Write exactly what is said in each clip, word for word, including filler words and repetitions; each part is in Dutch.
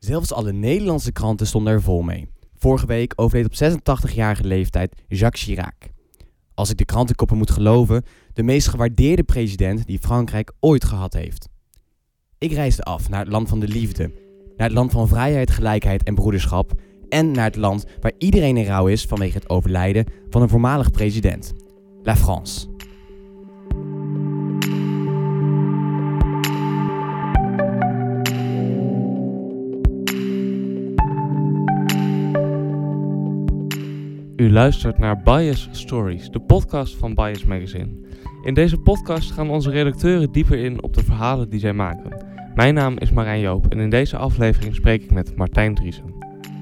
Zelfs alle Nederlandse kranten stonden er vol mee. Vorige week overleed op zesentachtigjarige leeftijd Jacques Chirac. Als ik de krantenkoppen moet geloven, de meest gewaardeerde president die Frankrijk ooit gehad heeft. Ik reisde af naar het land van de liefde, naar het land van vrijheid, gelijkheid en broederschap en naar het land waar iedereen in rouw is vanwege het overlijden van een voormalig president, La France. U luistert naar Bias Stories, de podcast van Bias Magazine. In deze podcast gaan onze redacteuren dieper in op de verhalen die zij maken. Mijn naam is Marijn Joop en in deze aflevering spreek ik met Martijn Driessen.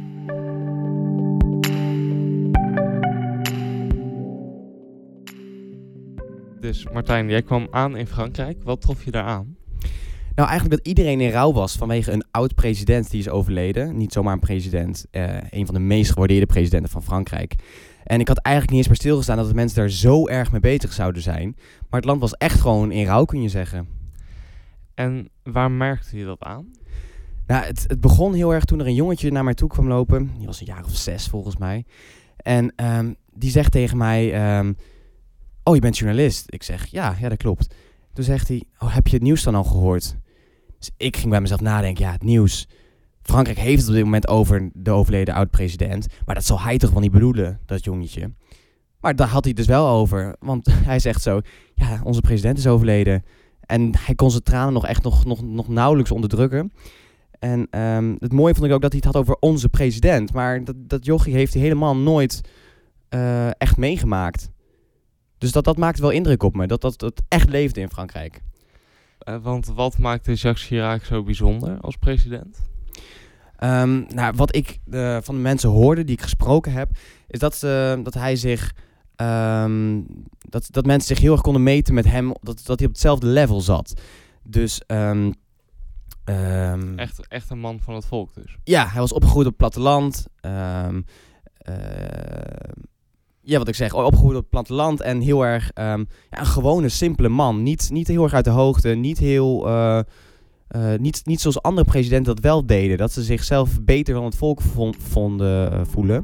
Dus Martijn, jij kwam aan in Frankrijk. Wat trof je daar aan? Nou, eigenlijk dat iedereen in rouw was vanwege een oud-president die is overleden. Niet zomaar een president, uh, een van de meest gewaardeerde presidenten van Frankrijk. En ik had eigenlijk niet eens meer stilgestaan dat de mensen daar zo erg mee bezig zouden zijn. Maar het land was echt gewoon in rouw, kun je zeggen. En waar merkte je dat aan? Nou, het, het begon heel erg toen er een jongetje naar mij toe kwam lopen. Die was een jaar of zes volgens mij. En um, die zegt tegen mij, um, oh, je bent journalist? Ik zeg, ja, ja, dat klopt. Toen zegt hij, oh, heb je het nieuws dan al gehoord? Dus ik ging bij mezelf nadenken, ja, het nieuws. Frankrijk heeft het op dit moment over de overleden oud-president. Maar dat zal hij toch wel niet bedoelen, dat jongetje. Maar daar had hij het dus wel over. Want hij zegt zo, ja, onze president is overleden. En hij kon zijn tranen nog echt nog, nog, nog nauwelijks onderdrukken. En um, het mooie vond ik ook dat hij het had over onze president. Maar dat, dat jochie heeft hij helemaal nooit uh, echt meegemaakt. Dus dat, dat maakte wel indruk op me. Dat dat, dat echt leefde in Frankrijk. Uh, want wat maakte Jacques Chirac zo bijzonder als president? Um, nou, wat ik uh, van de mensen hoorde die ik gesproken heb, is dat, uh, dat hij zich, um, dat, dat mensen zich heel erg konden meten met hem, dat, dat hij op hetzelfde level zat. Dus, um, um, echt, echt een man van het volk dus? Ja, hij was opgegroeid op het platteland. Um, uh, ja, wat ik zeg, opgegroeid op het platteland en heel erg um, ja, een gewone, simpele man. Niet, niet heel erg uit de hoogte, niet heel... Uh, Uh, niet, niet zoals andere presidenten dat wel deden. Dat ze zichzelf beter van het volk vond, vonden uh, voelen.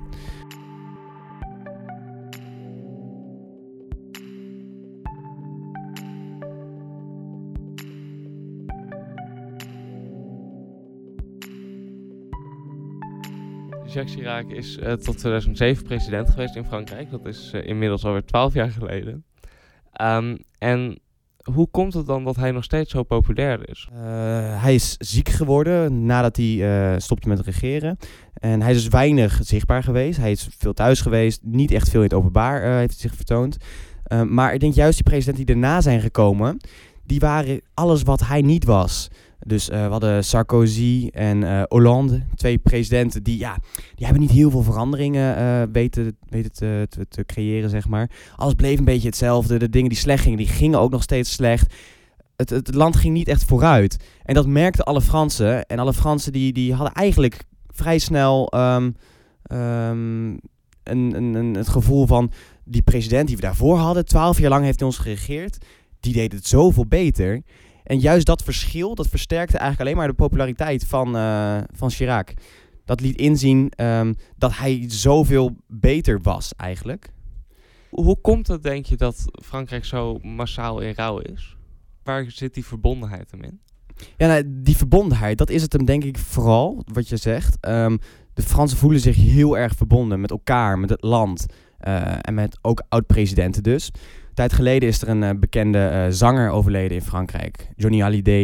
Jacques Chirac is uh, tot tweeduizend zeven president geweest in Frankrijk. Dat is uh, inmiddels alweer twaalf jaar geleden. Um, en... Hoe komt het dan dat hij nog steeds zo populair is? Uh, hij is ziek geworden nadat hij uh, stopte met regeren. En hij is dus weinig zichtbaar geweest. Hij is veel thuis geweest. Niet echt veel in het openbaar uh, heeft hij zich vertoond. Uh, maar ik denk juist die presidenten die daarna zijn gekomen, die waren alles wat hij niet was. Dus uh, we hadden Sarkozy en uh, Hollande, twee presidenten die, ja, die hebben niet heel veel veranderingen uh, weten, weten te, te, te creëren, zeg maar. Alles bleef een beetje hetzelfde. De dingen die slecht gingen, die gingen ook nog steeds slecht. Het, het land ging niet echt vooruit. En dat merkten alle Fransen. En alle Fransen die, die hadden eigenlijk vrij snel um, um, een, een, een, het gevoel van die president die we daarvoor hadden, twaalf jaar lang heeft hij ons geregeerd, die deed het zoveel beter. En juist dat verschil, dat versterkte eigenlijk alleen maar de populariteit van, uh, van Chirac. Dat liet inzien um, dat hij zoveel beter was eigenlijk. Hoe komt het, denk je, dat Frankrijk zo massaal in rouw is? Waar zit die verbondenheid hem in? Ja, nou, die verbondenheid, dat is het hem denk ik vooral, wat je zegt. Um, de Fransen voelen zich heel erg verbonden met elkaar, met het land uh, en met ook oud-presidenten dus. Een tijd geleden is er een uh, bekende uh, zanger overleden in Frankrijk, Johnny Hallyday.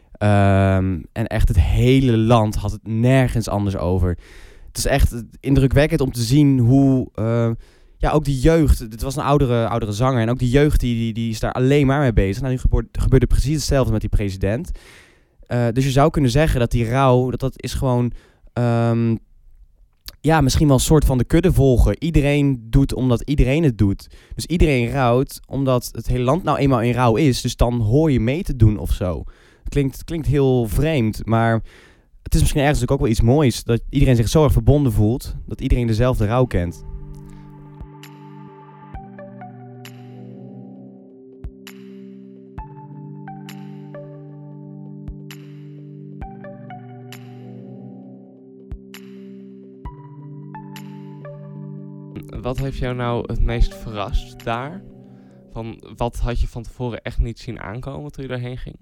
Um, en echt het hele land had het nergens anders over. Het is echt indrukwekkend om te zien hoe, uh, ja, ook die jeugd, het was een oudere, oudere zanger en ook die jeugd die, die, die is daar alleen maar mee bezig. Nou, nu gebeurde, gebeurde precies hetzelfde met die president. Uh, dus je zou kunnen zeggen dat die rouw, dat dat is gewoon... Um, Ja, misschien wel een soort van de kudde volgen. Iedereen doet omdat iedereen het doet. Dus iedereen rouwt omdat het hele land nou eenmaal in rouw is. Dus dan hoor je mee te doen of zo. Het klinkt, het klinkt heel vreemd, maar het is misschien ergens ook wel iets moois. Dat iedereen zich zo erg verbonden voelt, dat iedereen dezelfde rouw kent. wat heeft jou nou het meest verrast daar? Van, wat had je van tevoren echt niet zien aankomen toen je daarheen ging?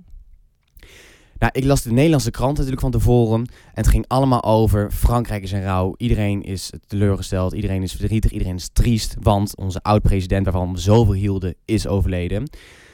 Nou, ik las de Nederlandse krant natuurlijk van tevoren. En het ging allemaal over Frankrijk is in rouw. Iedereen is teleurgesteld. Iedereen is verdrietig. Iedereen is triest. Want onze oud-president, waarvan we zoveel hielden, is overleden.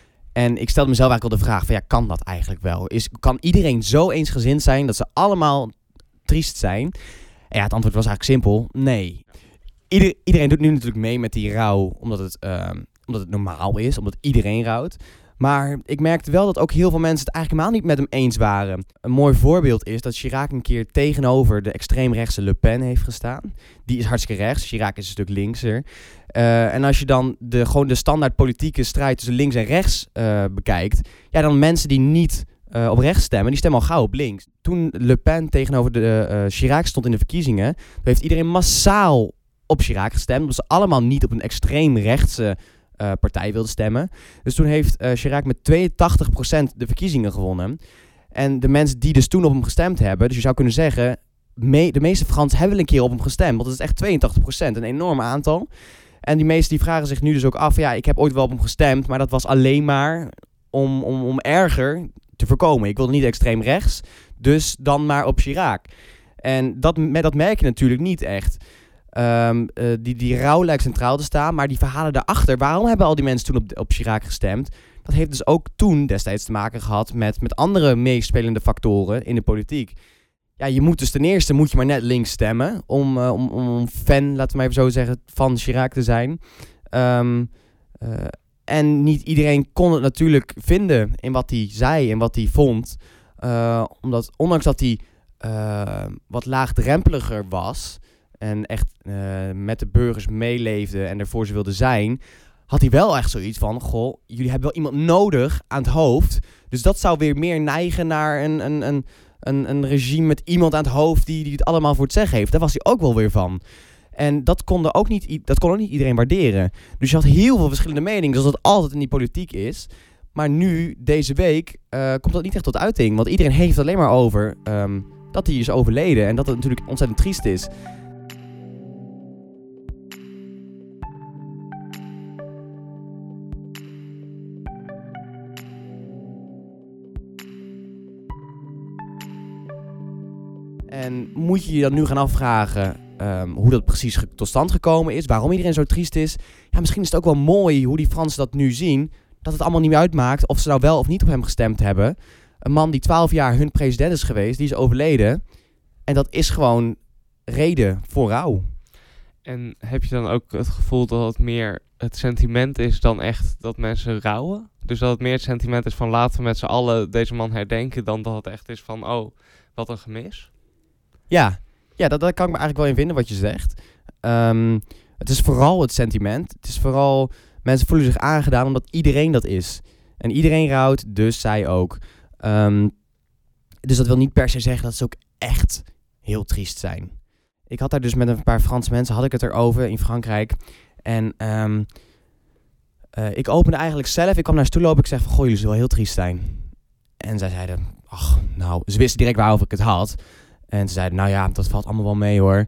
En ik stelde mezelf eigenlijk wel de vraag van ja, kan dat eigenlijk wel? Is, kan iedereen zo eensgezind zijn dat ze allemaal triest zijn? En ja, het antwoord was eigenlijk simpel. Nee. Ieder, iedereen doet nu natuurlijk mee met die rouw omdat het, uh, omdat het normaal is. Omdat iedereen rouwt. Maar ik merkte wel dat ook heel veel mensen het eigenlijk helemaal niet met hem eens waren. Een mooi voorbeeld is dat Chirac een keer tegenover de extreemrechtse Le Pen heeft gestaan. Die is hartstikke rechts, Chirac is een stuk linkser. Uh, en als je dan de, gewoon de standaard politieke strijd tussen links en rechts uh, bekijkt, ja, dan mensen die niet uh, op rechts stemmen, die stemmen al gauw op links. Toen Le Pen tegenover de uh, Chirac stond in de verkiezingen, heeft iedereen massaal op Chirac gestemd, omdat ze allemaal niet op een extreemrechtse Uh, partij wilde stemmen. Dus toen heeft uh, Chirac met tweeëntachtig procent de verkiezingen gewonnen. En de mensen die dus toen op hem gestemd hebben, dus je zou kunnen zeggen, me- de meeste Fransen hebben een keer op hem gestemd, want dat is echt tweeëntachtig procent, een enorm aantal. En die meesten die vragen zich nu dus ook af, ja, ik heb ooit wel op hem gestemd, maar dat was alleen maar om, om, om erger te voorkomen. Ik wilde niet extreem rechts, dus dan maar op Chirac. En dat, dat merk je natuurlijk niet echt. Um, uh, die, die rouw lijkt centraal te staan, maar die verhalen daarachter, waarom hebben al die mensen toen op, op Chirac gestemd? Dat heeft dus ook toen destijds te maken gehad met, met andere meespelende factoren in de politiek. Ja, je moet dus ten eerste moet je maar net links stemmen om, uh, om, om een fan, laten we maar even zo zeggen, van Chirac te zijn. Um, uh, en niet iedereen kon het natuurlijk vinden in wat hij zei en wat hij vond. Uh, omdat ondanks dat hij uh, wat laagdrempeliger was en echt uh, met de burgers meeleefde en er voor ze wilde zijn, had hij wel echt zoiets van, goh, jullie hebben wel iemand nodig aan het hoofd. Dus dat zou weer meer neigen naar een, een, een, een, een regime met iemand aan het hoofd die, die het allemaal voor het zeggen heeft. Daar was hij ook wel weer van. En dat kon ook niet, dat kon ook niet iedereen waarderen. Dus je had heel veel verschillende meningen, zoals dat altijd in die politiek is. Maar nu, deze week, uh, komt dat niet echt tot uiting. Want iedereen heeft het alleen maar over um, dat hij is overleden. En dat het natuurlijk ontzettend triest is. En moet je je dan nu gaan afvragen um, hoe dat precies ge- tot stand gekomen is, waarom iedereen zo triest is. Ja, misschien is het ook wel mooi hoe die Fransen dat nu zien, dat het allemaal niet meer uitmaakt of ze nou wel of niet op hem gestemd hebben. Een man die twaalf jaar hun president is geweest, die is overleden. En dat is gewoon reden voor rouw. En heb je dan ook het gevoel dat het meer het sentiment is dan echt dat mensen rouwen? Dus dat het meer het sentiment is van laten we met z'n allen deze man herdenken dan dat het echt is van oh, wat een gemis? Ja, ja dat, dat kan ik me eigenlijk wel in vinden wat je zegt. Um, het is vooral het sentiment. Het is vooral, mensen voelen zich aangedaan omdat iedereen dat is. En iedereen rouwt, dus zij ook. Um, dus dat wil niet per se zeggen dat ze ook echt heel triest zijn. Ik had daar dus met een paar Franse mensen, had ik het erover in Frankrijk. En um, uh, ik opende eigenlijk zelf, ik kwam naar ze toe lopen, ik zeg van, goh, jullie zullen wel heel triest zijn. En zij zeiden, ach, nou, ze wisten direct waarover ik het had. En ze zeiden, nou ja, dat valt allemaal wel mee hoor.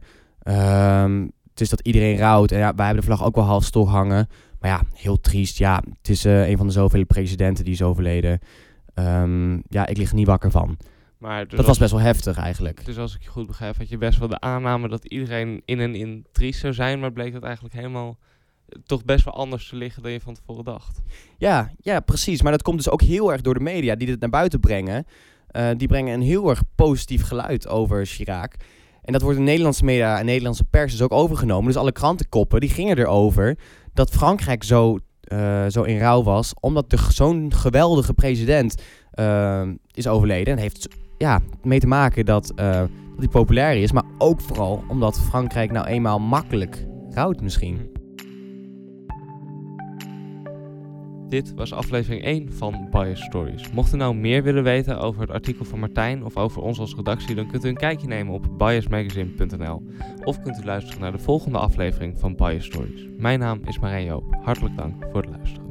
Um, het is dat iedereen rouwt. En ja, wij hebben de vlag ook wel half stok hangen. Maar ja, heel triest. Ja, het is uh, een van de zoveel presidenten die is overleden. Um, ja, ik lig er niet wakker van. Maar dus dat was best wel heftig eigenlijk. Dus als ik je goed begrijp, had je best wel de aanname dat iedereen in en in triest zou zijn. Maar bleek dat eigenlijk helemaal toch best wel anders te liggen dan je van tevoren dacht. Ja, ja, precies. Maar dat komt dus ook heel erg door de media die dit naar buiten brengen. Uh, die brengen een heel erg positief geluid over Chirac. En dat wordt in Nederlandse media en Nederlandse pers dus ook overgenomen. Dus alle krantenkoppen die gingen erover dat Frankrijk zo, uh, zo in rouw was. Omdat de, zo'n geweldige president uh, is overleden. En heeft ja, mee te maken dat, uh, dat hij populair is. Maar ook vooral omdat Frankrijk nou eenmaal makkelijk rouwt misschien. Dit was aflevering één van Bias Stories. Mocht u nou meer willen weten over het artikel van Martijn of over ons als redactie, dan kunt u een kijkje nemen op bias magazine punt n l. Of kunt u luisteren naar de volgende aflevering van Bias Stories. Mijn naam is Marijn Joop. Hartelijk dank voor het luisteren.